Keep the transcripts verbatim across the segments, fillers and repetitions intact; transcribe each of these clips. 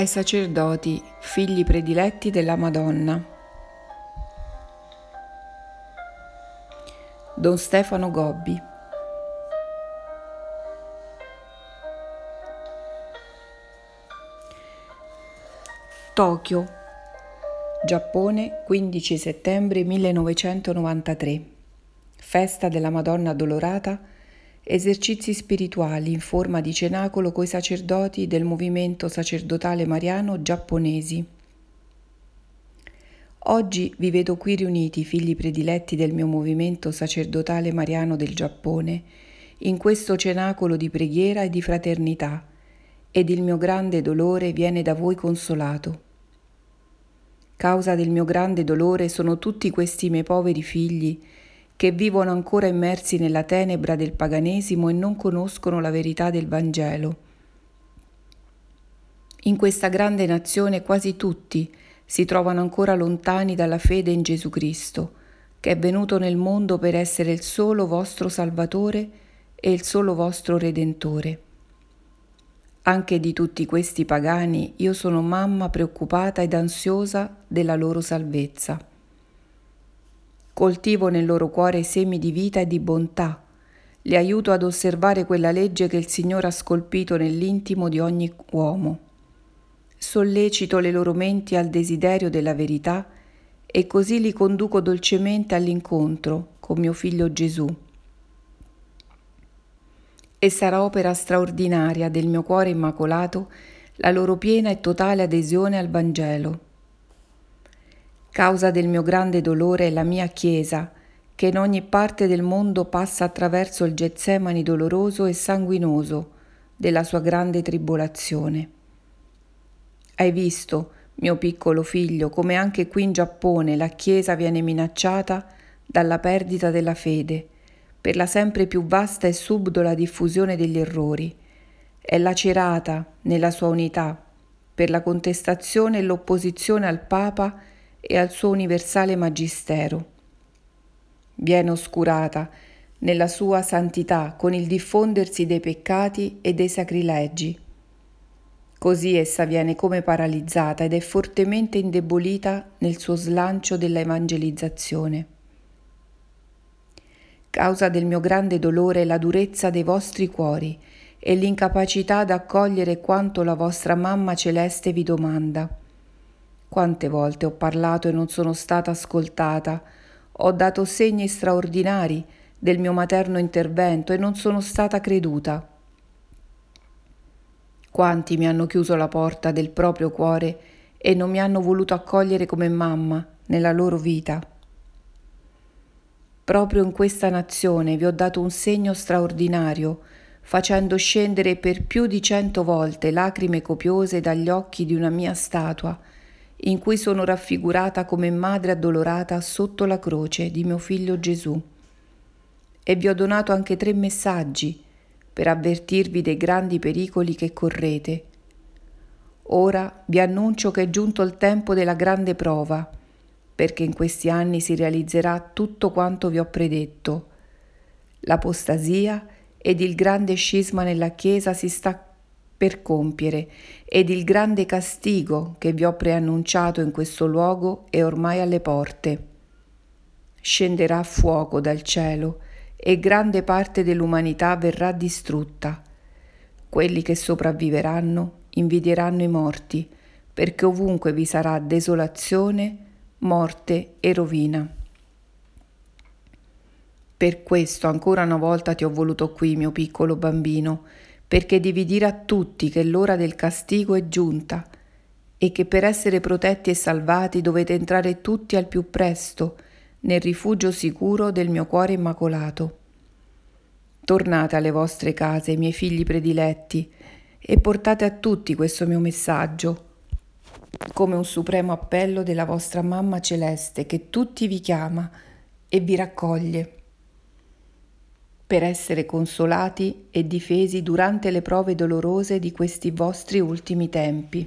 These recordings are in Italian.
ai sacerdoti, figli prediletti della Madonna. Don Stefano Gobbi. Tokyo, Giappone, quindici settembre millenovecentonovantatré. Festa della Madonna Addolorata, esercizi spirituali in forma di cenacolo coi sacerdoti del movimento sacerdotale mariano giapponesi. Oggi vi vedo qui riuniti, figli prediletti del mio movimento sacerdotale mariano del Giappone, in questo cenacolo di preghiera e di fraternità, ed il mio grande dolore viene da voi consolato. Causa del mio grande dolore sono tutti questi miei poveri figli che vivono ancora immersi nella tenebra del paganesimo e non conoscono la verità del Vangelo. In questa grande nazione quasi tutti si trovano ancora lontani dalla fede in Gesù Cristo, che è venuto nel mondo per essere il solo vostro Salvatore e il solo vostro Redentore. Anche di tutti questi pagani io sono mamma preoccupata ed ansiosa della loro salvezza. Coltivo nel loro cuore semi di vita e di bontà, li aiuto ad osservare quella legge che il Signore ha scolpito nell'intimo di ogni uomo. Sollecito le loro menti al desiderio della verità e così li conduco dolcemente all'incontro con mio figlio Gesù. E sarà opera straordinaria del mio cuore immacolato la loro piena e totale adesione al Vangelo. Causa del mio grande dolore è la mia Chiesa, che in ogni parte del mondo passa attraverso il Getsemani doloroso e sanguinoso della sua grande tribolazione. Hai visto, mio piccolo figlio, come anche qui in Giappone la Chiesa viene minacciata dalla perdita della fede, per la sempre più vasta e subdola diffusione degli errori. È lacerata nella sua unità, per la contestazione e l'opposizione al Papa e al suo universale magistero. Viene oscurata nella sua santità con il diffondersi dei peccati e dei sacrilegi. Così essa viene come paralizzata ed è fortemente indebolita nel suo slancio della evangelizzazione. Causa del mio grande dolore è la durezza dei vostri cuori e l'incapacità ad accogliere quanto la vostra mamma celeste vi domanda. Quante volte ho parlato e non sono stata ascoltata, ho dato segni straordinari del mio materno intervento e non sono stata creduta. Quanti mi hanno chiuso la porta del proprio cuore e non mi hanno voluto accogliere come mamma nella loro vita. Proprio in questa nazione vi ho dato un segno straordinario, facendo scendere per più di cento volte lacrime copiose dagli occhi di una mia statua, in cui sono raffigurata come madre addolorata sotto la croce di mio figlio Gesù. E vi ho donato anche tre messaggi per avvertirvi dei grandi pericoli che correte. Ora vi annuncio che è giunto il tempo della grande prova, perché in questi anni si realizzerà tutto quanto vi ho predetto. L'apostasia ed il grande scisma nella Chiesa si sta per compiere, ed il grande castigo che vi ho preannunciato in questo luogo è ormai alle porte. Scenderà fuoco dal cielo e grande parte dell'umanità verrà distrutta. Quelli che sopravviveranno invidieranno i morti, perché ovunque vi sarà desolazione, morte e rovina. Per questo ancora una volta ti ho voluto qui, mio piccolo bambino, perché devi dire a tutti che l'ora del castigo è giunta e che per essere protetti e salvati dovete entrare tutti al più presto nel rifugio sicuro del mio cuore immacolato. Tornate alle vostre case, miei figli prediletti, e portate a tutti questo mio messaggio, come un supremo appello della vostra mamma celeste che tutti vi chiama e vi raccoglie, per essere consolati e difesi durante le prove dolorose di questi vostri ultimi tempi.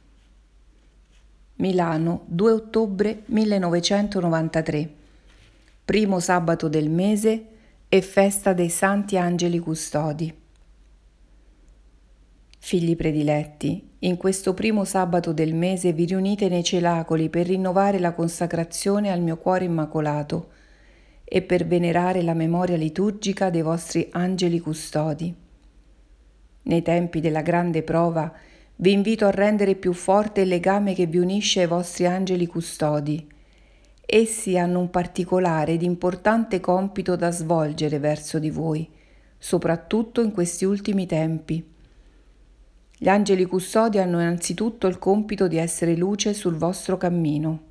Milano, due ottobre millenovecentonovantatré, primo sabato del mese e festa dei Santi Angeli Custodi. Figli prediletti, in questo primo sabato del mese vi riunite nei celacoli per rinnovare la consacrazione al mio cuore immacolato e per venerare la memoria liturgica dei vostri angeli custodi. Nei tempi della grande prova vi invito a rendere più forte il legame che vi unisce ai vostri angeli custodi. Essi hanno un particolare ed importante compito da svolgere verso di voi, soprattutto in questi ultimi tempi. Gli angeli custodi hanno innanzitutto il compito di essere luce sul vostro cammino.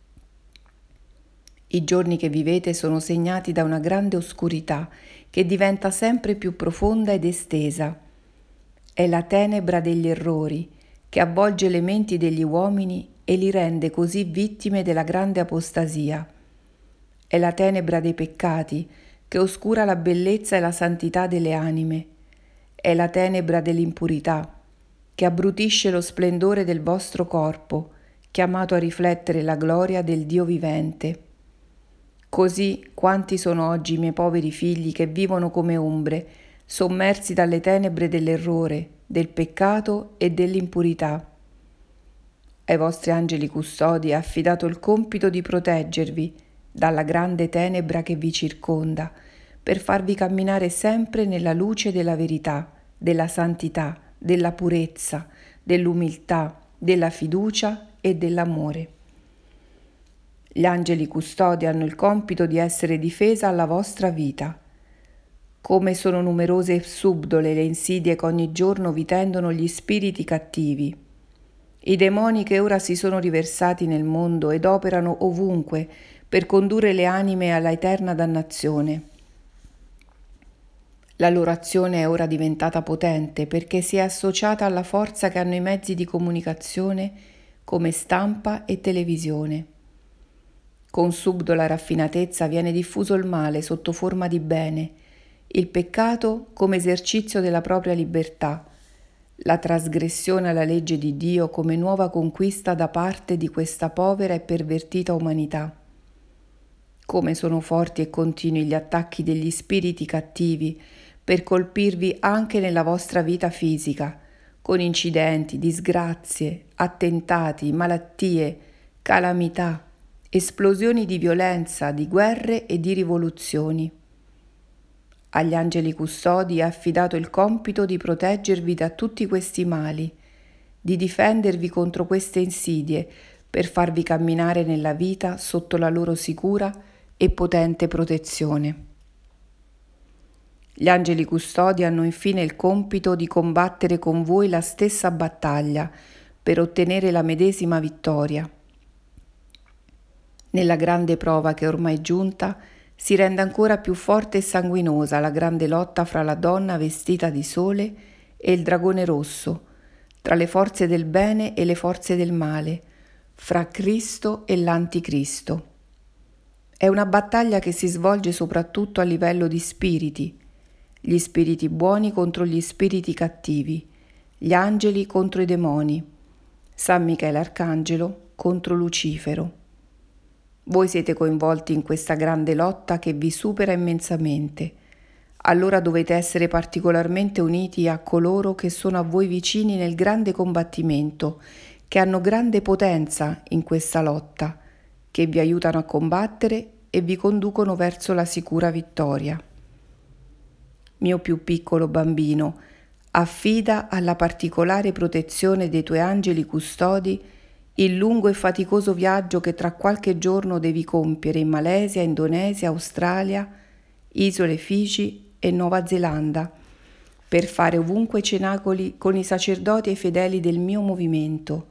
I giorni che vivete sono segnati da una grande oscurità che diventa sempre più profonda ed estesa. È la tenebra degli errori che avvolge le menti degli uomini e li rende così vittime della grande apostasia. È la tenebra dei peccati che oscura la bellezza e la santità delle anime. È la tenebra dell'impurità che abbrutisce lo splendore del vostro corpo, chiamato a riflettere la gloria del Dio vivente. Così quanti sono oggi i miei poveri figli che vivono come ombre, sommersi dalle tenebre dell'errore, del peccato e dell'impurità. Ai vostri angeli custodi è affidato il compito di proteggervi dalla grande tenebra che vi circonda, per farvi camminare sempre nella luce della verità, della santità, della purezza, dell'umiltà, della fiducia e dell'amore. Gli angeli custodi hanno il compito di essere difesa alla vostra vita. Come sono numerose e subdole le insidie che ogni giorno vi tendono gli spiriti cattivi. I demoni che ora si sono riversati nel mondo ed operano ovunque per condurre le anime alla eterna dannazione. La loro azione è ora diventata potente perché si è associata alla forza che hanno i mezzi di comunicazione come stampa e televisione. Con subdola raffinatezza viene diffuso il male sotto forma di bene, il peccato come esercizio della propria libertà, la trasgressione alla legge di Dio come nuova conquista da parte di questa povera e pervertita umanità. Come sono forti e continui gli attacchi degli spiriti cattivi per colpirvi anche nella vostra vita fisica, con incidenti, disgrazie, attentati, malattie, calamità, esplosioni di violenza, di guerre e di rivoluzioni. Agli angeli custodi è affidato il compito di proteggervi da tutti questi mali, di difendervi contro queste insidie, per farvi camminare nella vita sotto la loro sicura e potente protezione. Gli angeli custodi hanno infine il compito di combattere con voi la stessa battaglia per ottenere la medesima vittoria. Nella grande prova che ormai è giunta, si rende ancora più forte e sanguinosa la grande lotta fra la donna vestita di sole e il dragone rosso, tra le forze del bene e le forze del male, fra Cristo e l'Anticristo. È una battaglia che si svolge soprattutto a livello di spiriti, gli spiriti buoni contro gli spiriti cattivi, gli angeli contro i demoni, San Michele Arcangelo contro Lucifero. Voi siete coinvolti in questa grande lotta che vi supera immensamente. Allora dovete essere particolarmente uniti a coloro che sono a voi vicini nel grande combattimento, che hanno grande potenza in questa lotta, che vi aiutano a combattere e vi conducono verso la sicura vittoria. Mio più piccolo bambino, affida alla particolare protezione dei tuoi angeli custodi il lungo e faticoso viaggio che tra qualche giorno devi compiere in Malesia, Indonesia, Australia, Isole Figi e Nuova Zelanda, per fare ovunque cenacoli con i sacerdoti e i fedeli del mio movimento.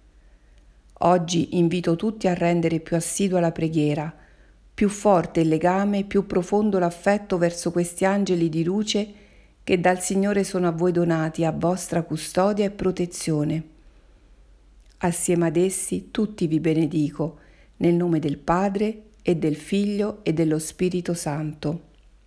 Oggi invito tutti a rendere più assidua la preghiera, più forte il legame, più profondo l'affetto verso questi angeli di luce che dal Signore sono a voi donati a vostra custodia e protezione. Assieme ad essi tutti vi benedico, nel nome del Padre e del Figlio e dello Spirito Santo.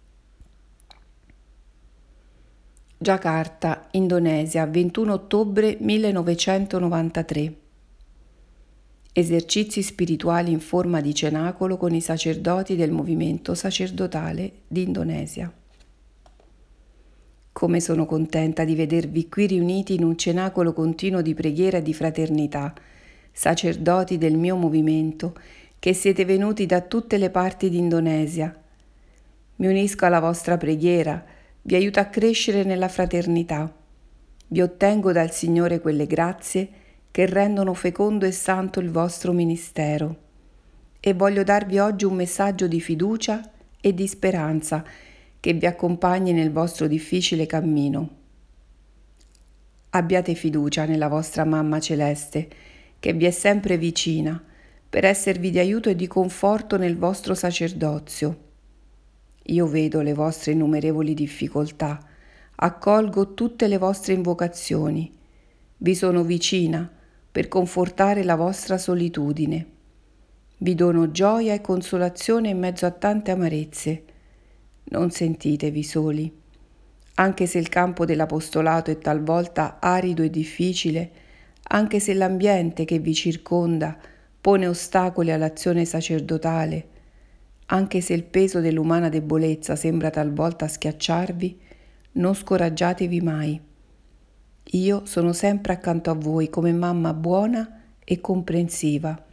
Giacarta, Indonesia, ventuno ottobre millenovecentonovantatré. Esercizi spirituali in forma di cenacolo con i sacerdoti del movimento sacerdotale di Indonesia. Come sono contenta di vedervi qui riuniti in un cenacolo continuo di preghiera e di fraternità, sacerdoti del mio movimento, che siete venuti da tutte le parti d'Indonesia. Mi unisco alla vostra preghiera, vi aiuto a crescere nella fraternità. Vi ottengo dal Signore quelle grazie che rendono fecondo e santo il vostro ministero. E voglio darvi oggi un messaggio di fiducia e di speranza che vi accompagni nel vostro difficile cammino. Abbiate fiducia nella vostra Mamma Celeste, che vi è sempre vicina, per esservi di aiuto e di conforto nel vostro sacerdozio. Io vedo le vostre innumerevoli difficoltà, accolgo tutte le vostre invocazioni, vi sono vicina per confortare la vostra solitudine. Vi dono gioia e consolazione in mezzo a tante amarezze. Non sentitevi soli. Anche se il campo dell'apostolato è talvolta arido e difficile, anche se l'ambiente che vi circonda pone ostacoli all'azione sacerdotale, anche se il peso dell'umana debolezza sembra talvolta schiacciarvi, non scoraggiatevi mai. Io sono sempre accanto a voi come mamma buona e comprensiva.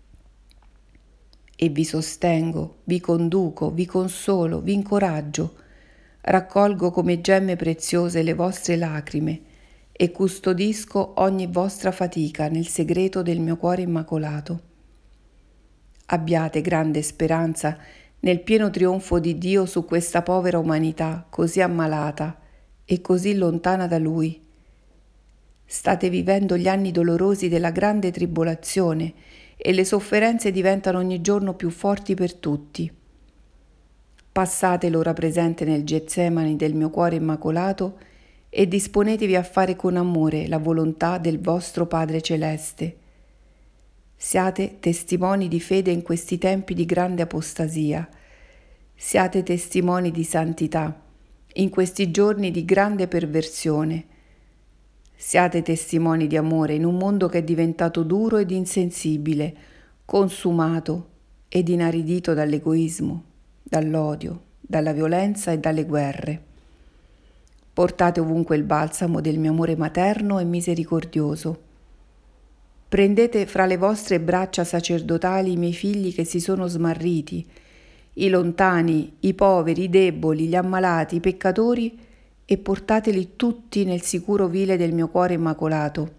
E vi sostengo, vi conduco, vi consolo, vi incoraggio, raccolgo come gemme preziose le vostre lacrime e custodisco ogni vostra fatica nel segreto del mio cuore immacolato. Abbiate grande speranza nel pieno trionfo di Dio su questa povera umanità così ammalata e così lontana da Lui. State vivendo gli anni dolorosi della grande tribolazione e le sofferenze diventano ogni giorno più forti per tutti. Passate l'ora presente nel Getsemani del mio cuore immacolato e disponetevi a fare con amore la volontà del vostro Padre Celeste. Siate testimoni di fede in questi tempi di grande apostasia. Siate testimoni di santità in questi giorni di grande perversione. Siate testimoni di amore in un mondo che è diventato duro ed insensibile, consumato ed inaridito dall'egoismo, dall'odio, dalla violenza e dalle guerre. Portate ovunque il balsamo del mio amore materno e misericordioso. Prendete fra le vostre braccia sacerdotali i miei figli che si sono smarriti, i lontani, i poveri, i deboli, gli ammalati, i peccatori, e portateli tutti nel sicuro vile del mio cuore immacolato.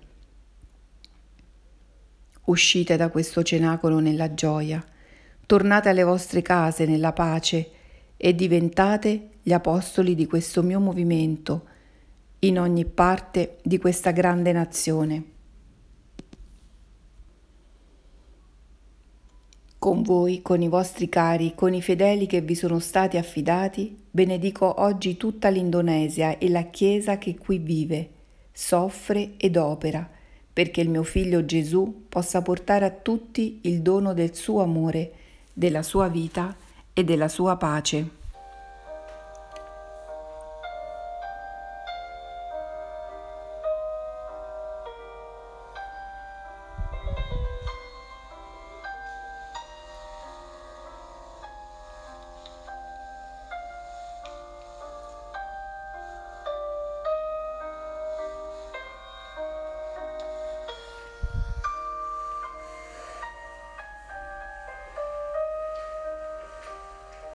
Uscite da questo cenacolo nella gioia, tornate alle vostre case nella pace e diventate gli apostoli di questo mio movimento in ogni parte di questa grande nazione. Con voi, con i vostri cari, con i fedeli che vi sono stati affidati, benedico oggi tutta l'Indonesia e la Chiesa che qui vive, soffre ed opera, perché il mio figlio Gesù possa portare a tutti il dono del suo amore, della sua vita e della sua pace.